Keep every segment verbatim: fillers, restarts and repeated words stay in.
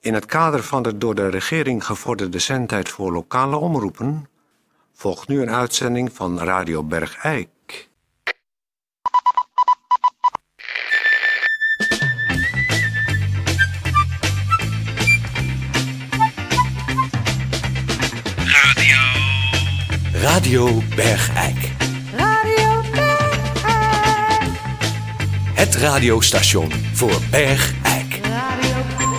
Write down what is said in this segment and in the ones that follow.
In het kader van de door de regering gevorderde zendtijd voor lokale omroepen volgt nu een uitzending van Radio Bergijk. Radio. Radio Bergijk. Radio Bergijk. Het radiostation voor Bergijk. Radio.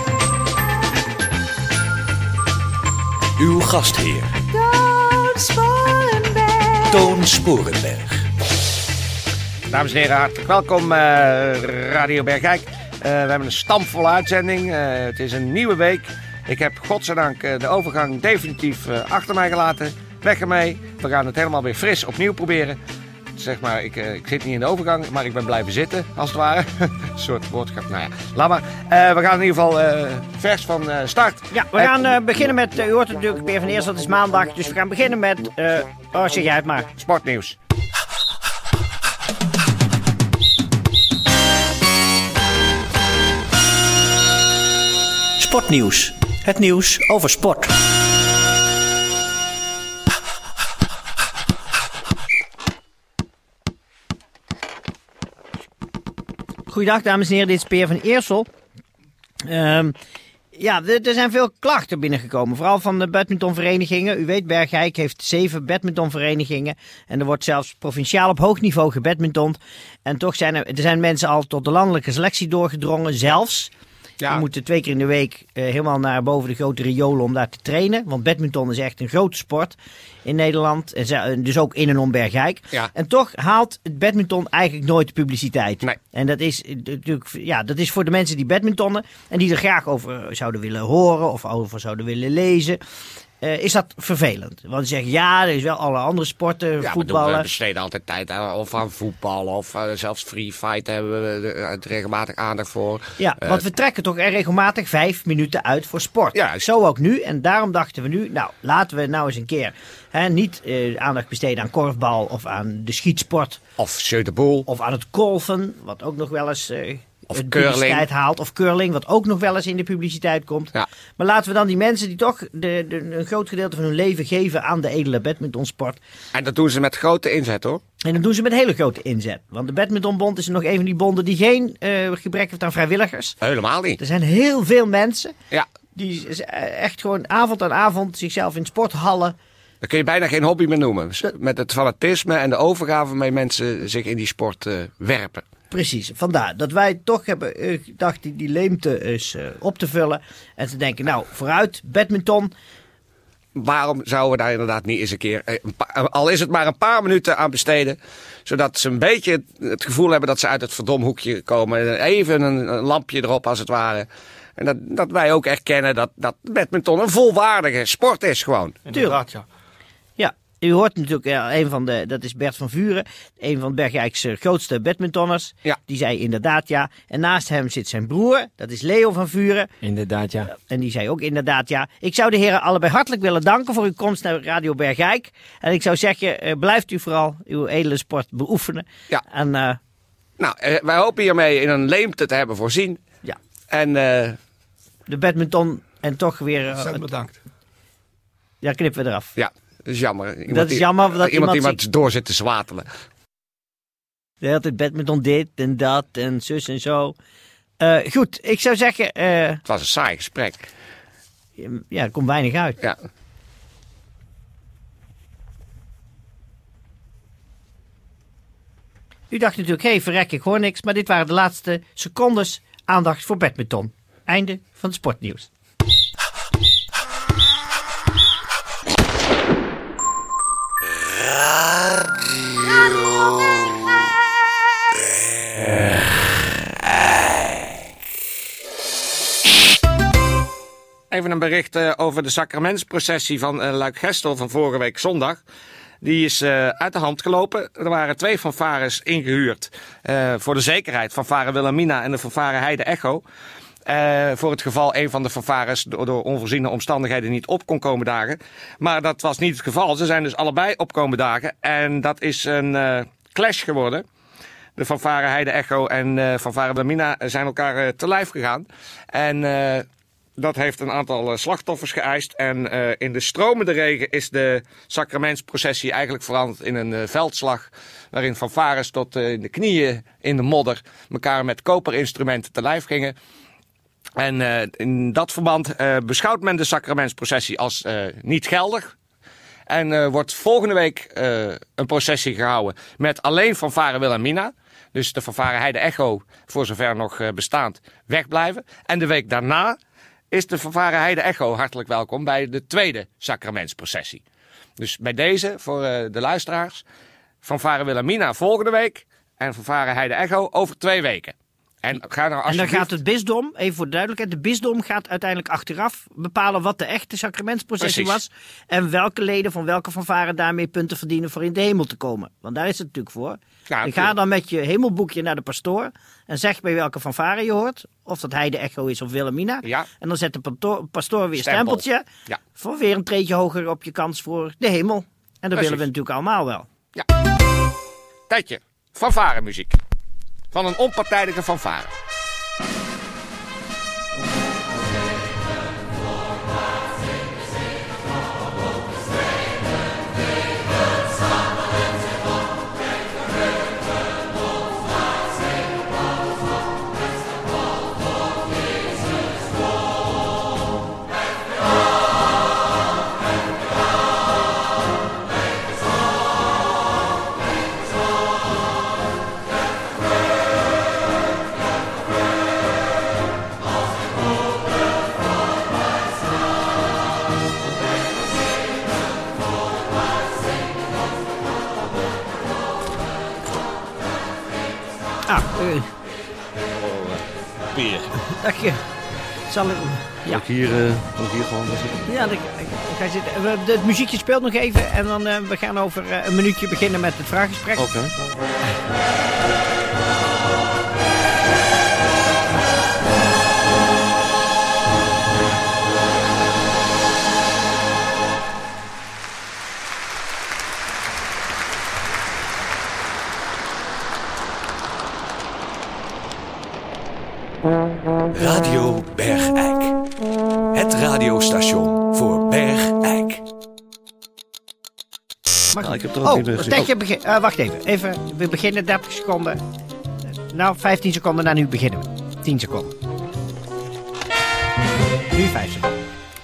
Uw gastheer. Toon Sporenberg. Toon Sporenberg. Dames en heren, hartelijk welkom uh, Radio Bergijk. Uh, we hebben een stampvolle uitzending. Uh, het is een nieuwe week. Ik heb godzijdank uh, de overgang definitief uh, achter mij gelaten. Weg ermee. We gaan het helemaal weer fris opnieuw proberen. Zeg maar, ik, uh, ik zit niet in de overgang, maar ik ben blijven zitten, als het ware. Een soort woordgrap. Nou ja, laat maar. Uh, we gaan in ieder geval uh, vers van uh, start. Ja, we gaan uh, beginnen met, uh, u hoort het natuurlijk weer van eerst, dat is maandag. Dus we gaan beginnen met, uh, oh zeg jij het maar. Sportnieuws. Sportnieuws. Het nieuws over sport. Goeiedag dames en heren, dit is Peer van Eersel. Um, ja, er zijn veel klachten binnengekomen, vooral van de badmintonverenigingen. U weet, Bergijk heeft zeven badmintonverenigingen en er wordt zelfs provinciaal op hoog niveau gebadmintond. En toch zijn er, er zijn mensen al tot de landelijke selectie doorgedrongen, zelfs. Ja. We moeten twee keer in de week uh, helemaal naar boven de grote riolen om daar te trainen. Want badminton is echt een grote sport in Nederland. En dus ook in en om Bergijk. Ja. En toch haalt het badminton eigenlijk nooit de publiciteit. Nee. En dat is natuurlijk, ja, dat is voor de mensen die badmintonnen en die er graag over zouden willen horen of over zouden willen lezen. Uh, is dat vervelend? Want ze zeggen, ja, er is wel alle andere sporten, ja, voetballen. We, we besteden altijd tijd aan, of aan voetbal, of uh, zelfs free fight hebben we er regelmatig aandacht voor. Ja, uh, want we trekken toch er regelmatig vijf minuten uit voor sport. Ja, zo ook nu. En daarom dachten we nu, nou, laten we nou eens een keer hè, niet uh, aandacht besteden aan korfbal of aan de schietsport. Of jeu de boel. Of aan het golfen, wat ook nog wel eens... Uh, Of de curling. publiciteit haalt. Of curling, wat ook nog wel eens in de publiciteit komt. Ja. Maar laten we dan die mensen die toch de, de, een groot gedeelte van hun leven geven aan de edele badmintonsport. En dat doen ze met grote inzet, hoor. En dat doen ze met hele grote inzet. Want de Badmintonbond is nog een van die bonden die geen uh, gebrek heeft aan vrijwilligers. Helemaal niet. Er zijn heel veel mensen ja. die echt gewoon avond aan avond zichzelf in sporthallen... Dat kun je bijna geen hobby meer noemen. Met het fanatisme en de overgave waarmee mensen zich in die sport uh, werpen. Precies, vandaar dat wij toch hebben uh, gedacht die, die leemte eens uh, op te vullen. En te denken, nou vooruit, badminton. Waarom zouden we daar inderdaad niet eens een keer, een paar, al is het maar een paar minuten aan besteden. Zodat ze een beetje het gevoel hebben dat ze uit het verdomhoekje komen. Even een, een lampje erop als het ware. En dat, dat wij ook erkennen dat, dat badminton een volwaardige sport is gewoon. Tuurlijk, ja. Ja. U hoort natuurlijk, ja, een van de, dat is Bert van Vuren, een van Bergijk's grootste badmintonners. Ja. Die zei inderdaad ja. En naast hem zit zijn broer, dat is Leo van Vuren. Inderdaad ja. En die zei ook inderdaad ja. Ik zou de heren allebei hartelijk willen danken voor uw komst naar Radio Bergijk. En ik zou zeggen, uh, blijft u vooral uw edele sport beoefenen. Ja. En, uh, nou, uh, wij hopen hiermee in een leemte te hebben voorzien. Ja. En uh, de badminton en toch weer... Uh, Zo bedankt. Ja, knippen we eraf. Ja. Dat is jammer. Iemand dat is jammer dat die, iemand, iemand, iemand door zit te zwatelen. De hele tijd badminton dit en dat en zus en zo. Uh, goed, ik zou zeggen... Uh, het was een saai gesprek. Ja, er komt weinig uit. Ja. U dacht natuurlijk, hé, hey, verrek, ik hoor niks. Maar dit waren de laatste secondes aandacht voor badminton. Einde van het sportnieuws. Even een bericht uh, over de sacramentsprocessie van uh, Luik-Gestel van vorige week zondag. Die is uh, uit de hand gelopen. Er waren twee fanfares ingehuurd. Uh, voor de zekerheid, fanfare Wilhelmina en de fanfare Heide Echo. Uh, voor het geval een van de fanfares door, door onvoorziene omstandigheden niet op kon komen dagen. Maar dat was niet het geval. Ze zijn dus allebei opkomen dagen. En dat is een uh, clash geworden. De fanfare Heide Echo en uh, fanfare Wilhelmina zijn elkaar uh, te lijf gegaan. En uh, dat heeft een aantal uh, slachtoffers geëist. En uh, in de stromende regen is de sacramentsprocessie eigenlijk veranderd in een uh, veldslag. Waarin fanfares tot uh, in de knieën in de modder elkaar met koperinstrumenten te lijf gingen. En uh, in dat verband uh, beschouwt men de sacramentsprocessie als uh, niet geldig. En uh, wordt volgende week uh, een processie gehouden met alleen fanfare Wilhelmina. Dus de fanfare Heide Echo, voor zover nog uh, bestaand, wegblijven. En de week daarna is de fanfare Heide Echo hartelijk welkom bij de tweede sacramentsprocessie. Dus bij deze, voor uh, de luisteraars, fanfare Wilhelmina volgende week en fanfare Heide Echo over twee weken. En, ga nou en dan gaat het bisdom, even voor de duidelijkheid, de bisdom gaat uiteindelijk achteraf bepalen wat de echte sacramentsprocessie Precies. was. En welke leden van welke fanfare daarmee punten verdienen voor in de hemel te komen. Want daar is het natuurlijk voor. Ja, je gaat dan met je hemelboekje naar de pastoor en zeg bij welke fanfare je hoort. Of dat Heide Echo is of Wilhelmina. Ja. En dan zet de pastoor, pastoor weer een Stempel. stempeltje. Ja. Voor weer een treedje hoger op je kans voor de hemel. En dat Precies. willen we natuurlijk allemaal wel. Tijdje, fanfare muziek. Van een onpartijdige fanfare. Ah, uh, Peer. dag je. Zal ik... Ja. Kan ik hier, uh, kan ik hier gewoon gaan zitten? Ja, ik, ik, ik ga zitten. We- Het muziekje speelt nog even en dan uh, we gaan over uh, een minuutje beginnen met het vraaggesprek. Oké. Radio Bergijk. Het radiostation voor Bergijk. Mag Ja, ik? ik heb er ook Oh, niet, uh, een tijdje begin. uh, wacht even. Even. We beginnen dertig seconden. Nou, vijftien seconden na nu beginnen we. tien seconden. Nu vijf seconden.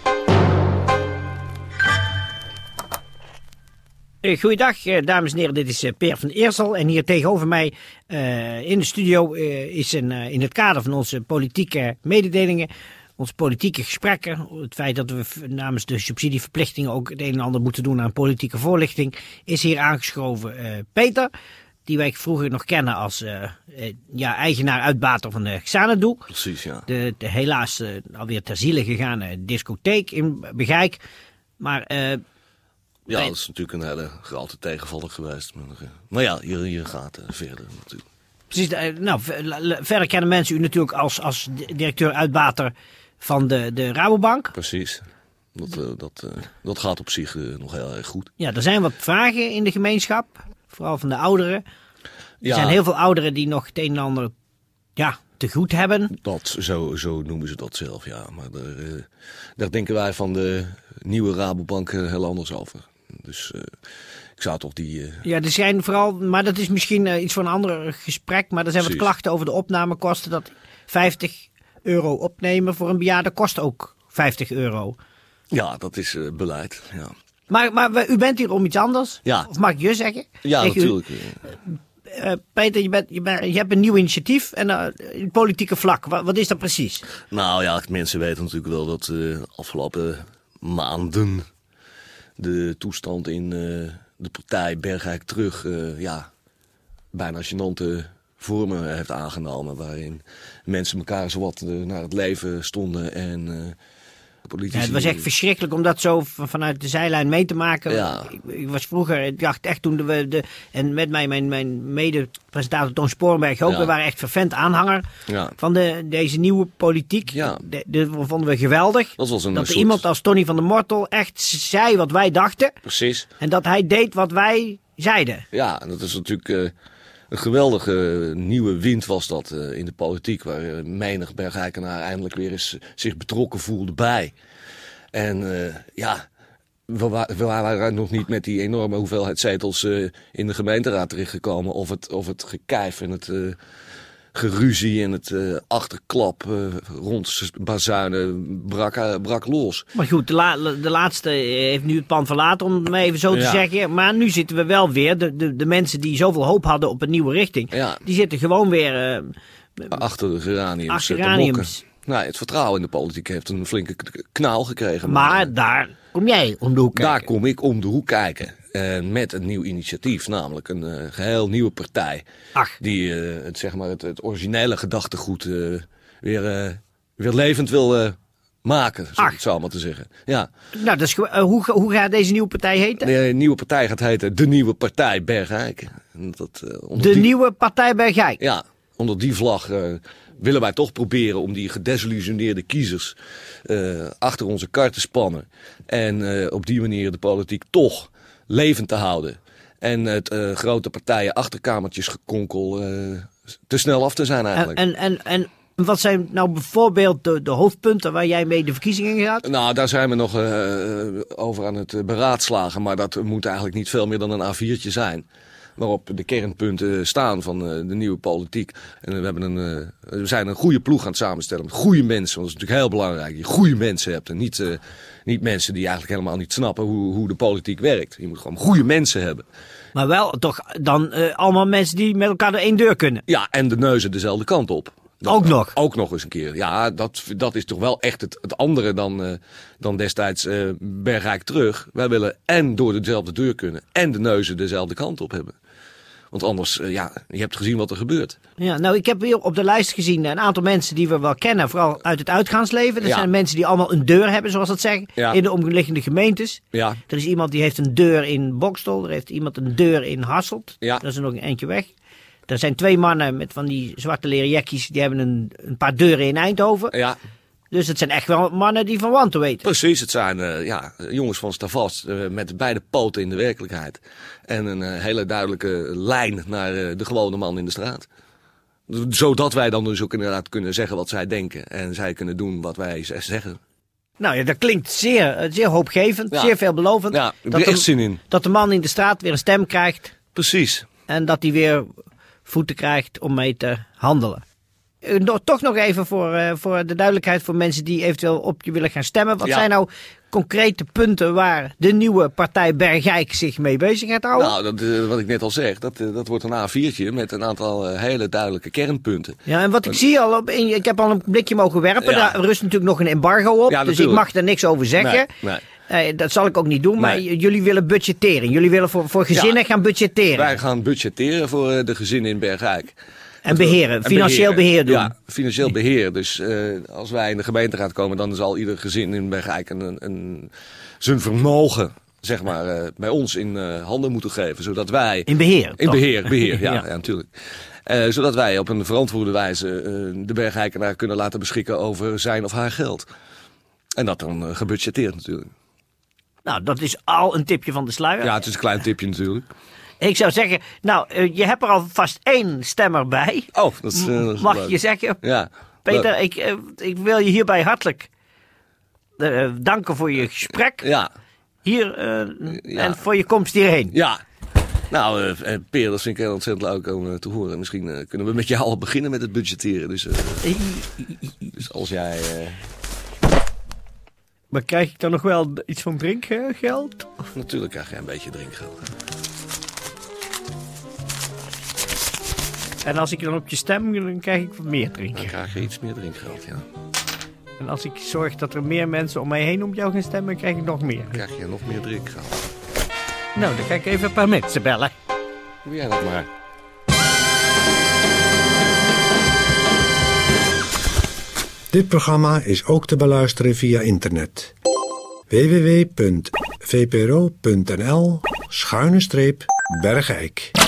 Eh, Goeiedag, eh, dames en heren. Dit is eh, Peer van Eersel. En hier tegenover mij eh, in de studio eh, is een, eh, in het kader van onze politieke mededelingen, onze politieke gesprekken, het feit dat we v- namens de subsidieverplichtingen ook het een en ander moeten doen aan politieke voorlichting, is hier aangeschoven eh, Peter, die wij vroeger nog kennen als eh, eh, ja, eigenaar-uitbater van de Xanadu. Precies, ja. De, de helaas eh, alweer ter ziele gegane discotheek in Begijk. Maar eh, Ja, Nee. dat is natuurlijk een hele grote tegenvaller geweest. Maar, uh, maar ja, hier, hier gaat het verder natuurlijk. precies, eh, nou, v- la- la- verder kennen mensen u natuurlijk als, als di- directeur-uitbater van de, de Rabobank. Precies. Dat, uh, dat, uh, dat gaat op zich uh, nog heel erg goed. Ja, er zijn wat vragen in de gemeenschap, vooral van de ouderen. Er Ja. zijn heel veel ouderen die nog het een en ander ja, te goed hebben. Dat, zo, zo noemen ze dat zelf, ja. Maar daar, uh, daar denken wij van de nieuwe Rabobank uh, heel anders over. Dus uh, ik zou toch die... Uh, Ja, er zijn vooral, maar dat is misschien eh, iets voor een ander gesprek. Maar er zijn wat Precies. klachten over de opnamekosten. Dat vijftig euro opnemen voor een bejaarde kost ook vijftig euro. ja, dat is uh, beleid, ja. Maar, maar we- u bent hier om iets anders. Ja. Of mag ik je zeggen? Ja, Tegen u. natuurlijk. uh, Eh, Peter, je, bent, je, bent, je hebt een nieuw initiatief en uh, in het politieke vlak. Wat, wat is dat precies? Nou ja, mensen weten natuurlijk wel dat de afgelopen maanden de toestand in uh, de partij Bergijk Terug uh, ja, bijna gênante vormen heeft aangenomen. Waarin mensen elkaar zowat uh, naar het leven stonden en uh, politici... Ja, het was echt verschrikkelijk om dat zo van- vanuit de zijlijn mee te maken. Ja. Ik, ik was vroeger, ik dacht echt toen we de, en met mij mijn, mijn mede-presentator Toon Sporenberg ook, Ja. we waren echt vervent aanhanger Ja. van de, deze nieuwe politiek. Ja. De, de, dat vonden we geweldig. Dat was een dat er soort- iemand als Tony van der Mortel echt zei wat wij dachten Precies. en dat hij deed wat wij zeiden. Ja, en dat is natuurlijk uh, Een geweldige nieuwe wind was dat uh, in de politiek, waar uh, menig Bergijkenaar eindelijk weer eens uh, zich betrokken voelde bij. En uh, ja, we, wa- we waren nog niet met die enorme hoeveelheid zetels uh, in de gemeenteraad terechtgekomen. Of het, of het gekijf en het uh, geruzie en het uh, achterklap uh, rond bazuinen brak, uh, brak los. Maar goed, de, la- de laatste heeft nu het pand verlaten, om het maar even zo te Ja. zeggen. Maar nu zitten we wel weer, de, de, de mensen die zoveel hoop hadden op een nieuwe richting, Ja. die zitten gewoon weer uh, Achter de geraniums. achter uh, te mokken. geraniums. Nou, het vertrouwen in de politiek heeft een flinke k- knauw gekregen. Maar daar kom jij om de hoek kijken. Daar kom ik om de hoek kijken. Uh, met een nieuw initiatief, namelijk een uh, geheel nieuwe partij. Ach. Die uh, het, zeg maar het, het originele gedachtegoed uh, weer, uh, weer levend wil uh, maken, zo Ach. het zo maar te zeggen. Ja. Nou, dat is, gew- uh, hoe, hoe gaat deze nieuwe partij heten? De nieuwe partij gaat heten De Nieuwe Partij Bergijk. En dat, uh, onder De die, nieuwe partij Bergijk. Ja, onder die vlag uh, willen wij toch proberen om die gedesillusioneerde kiezers uh, achter onze kar te spannen. En uh, op die manier de politiek toch levend te houden. En het uh, grote partijen achterkamertjes gekonkel uh, te snel af te zijn En, eigenlijk. en, en, en wat zijn nou bijvoorbeeld de, de hoofdpunten waar jij mee de verkiezingen in gaat? Nou, daar zijn we nog uh, over aan het beraadslagen. Maar dat moet eigenlijk niet veel meer dan een A viertje zijn. Waarop de kernpunten staan van uh, de nieuwe politiek. En we, hebben een, uh, we zijn een goede ploeg aan het samenstellen met goede mensen. Want dat is natuurlijk heel belangrijk. Dat je goede mensen hebt en niet, uh, niet mensen die eigenlijk helemaal niet snappen hoe, hoe de politiek werkt. Je moet gewoon goede mensen hebben. Maar wel toch dan uh, allemaal mensen die met elkaar door één deur kunnen. Ja, en de neuzen dezelfde kant op. Dat, Ook nog? Ook nog eens een keer. Ja, dat, dat is toch wel echt het, het andere dan, uh, dan destijds uh, Bergijk terug. Wij willen en door dezelfde deur kunnen en de neuzen dezelfde kant op hebben. Want anders, uh, ja, je hebt gezien wat er gebeurt. Ja, nou, ik heb hier op de lijst gezien een aantal mensen die we wel kennen, vooral uit het uitgaansleven. Er Ja. zijn mensen die allemaal een deur hebben, zoals dat zeggen, Ja. in de omliggende gemeentes. Ja, Er is iemand die heeft een deur in Bokstel, er heeft iemand een deur in Hasselt. Ja. Dat is er nog een eindje weg. Er zijn twee mannen met van die zwarte leren jekkies, die hebben een, een paar deuren in Eindhoven. ja, Dus het zijn echt wel mannen die van wanten weten. precies. Het zijn uh, ja, jongens van Stavast uh, met beide poten in de werkelijkheid. En een uh, hele duidelijke lijn naar uh, de gewone man in de straat. Zodat wij dan dus ook inderdaad kunnen zeggen wat zij denken. En zij kunnen doen wat wij z- zeggen. Nou ja, dat klinkt zeer, zeer hoopgevend, Ja. zeer veelbelovend. Ja, ik heb dat er echt de- zin in. Dat de man in de straat weer een stem krijgt. Precies. En dat hij weer voeten krijgt om mee te handelen. Uh, nog- toch nog even voor, uh, voor de duidelijkheid voor mensen die eventueel op je willen gaan stemmen. Wat Ja. zijn nou concrete punten waar de nieuwe partij Bergijk zich mee bezig gaat houden? Nou, dat, uh, wat ik net al zeg, dat, uh, dat wordt een A viertje met een aantal uh, hele duidelijke kernpunten. Ja, en wat ik zie al, op, in- ik heb al een blikje mogen werpen. Ja. Daar rust natuurlijk nog een embargo op. Ja, dus ik natuurlijk. mag er niks over zeggen. Nee, nee. Eh, dat zal ik ook niet doen. Maar Nee. j- jullie willen budgetteren. Jullie willen voor, voor gezinnen Ja. gaan budgetteren. Wij gaan budgetteren voor uh, de gezinnen in Bergijk. en beheren. En Financieel beheer doen. Ja, financieel beheer. Dus uh, als wij in de gemeenteraad komen, dan zal ieder gezin in Bergijk een, een, zijn vermogen, zeg maar, uh, bij ons in uh, handen moeten geven. Zodat wij... In beheer. In toch? beheer, beheer, ja, Ja. ja. natuurlijk. Uh, zodat wij op een verantwoorde wijze uh, de Bergijkenaar kunnen laten beschikken over zijn of haar geld. En dat dan uh, gebudgeteerd natuurlijk. Nou, dat is al een tipje van de sluier. Ja, het is een klein tipje natuurlijk. Ik zou zeggen, nou, eh, je hebt er alvast één stemmer bij. Oh, dat is, uh, dat is Mag leuk. je zeggen? Ja. Peter, ik, eh, ik wil je hierbij hartelijk eh, danken voor je gesprek Ja, hier eh, Ja. en voor je komst hierheen. ja. Nou, uh, Peer, dat vind ik heel ontzettend leuk om uh, te horen. Misschien uh, kunnen we met jou al beginnen met het budgetteren. Dus, uh, dus als jij... Uh, Maar krijg ik dan nog wel iets van drinkgeld? natuurlijk krijg jij een beetje drinkgeld. En als ik dan op je stem, dan krijg ik wat meer Dan drinken. krijg je iets meer drinkgeld, ja. En als ik zorg dat er meer mensen om mij heen op jou gaan stemmen, krijg ik nog meer. Dan krijg je nog meer drinkgeld. Nou, dan ga ik even een paar mensen bellen. Doe jij dat maar. Dit programma is ook te beluisteren via internet. w w w punt v p r o punt n l schuine streep Bergijk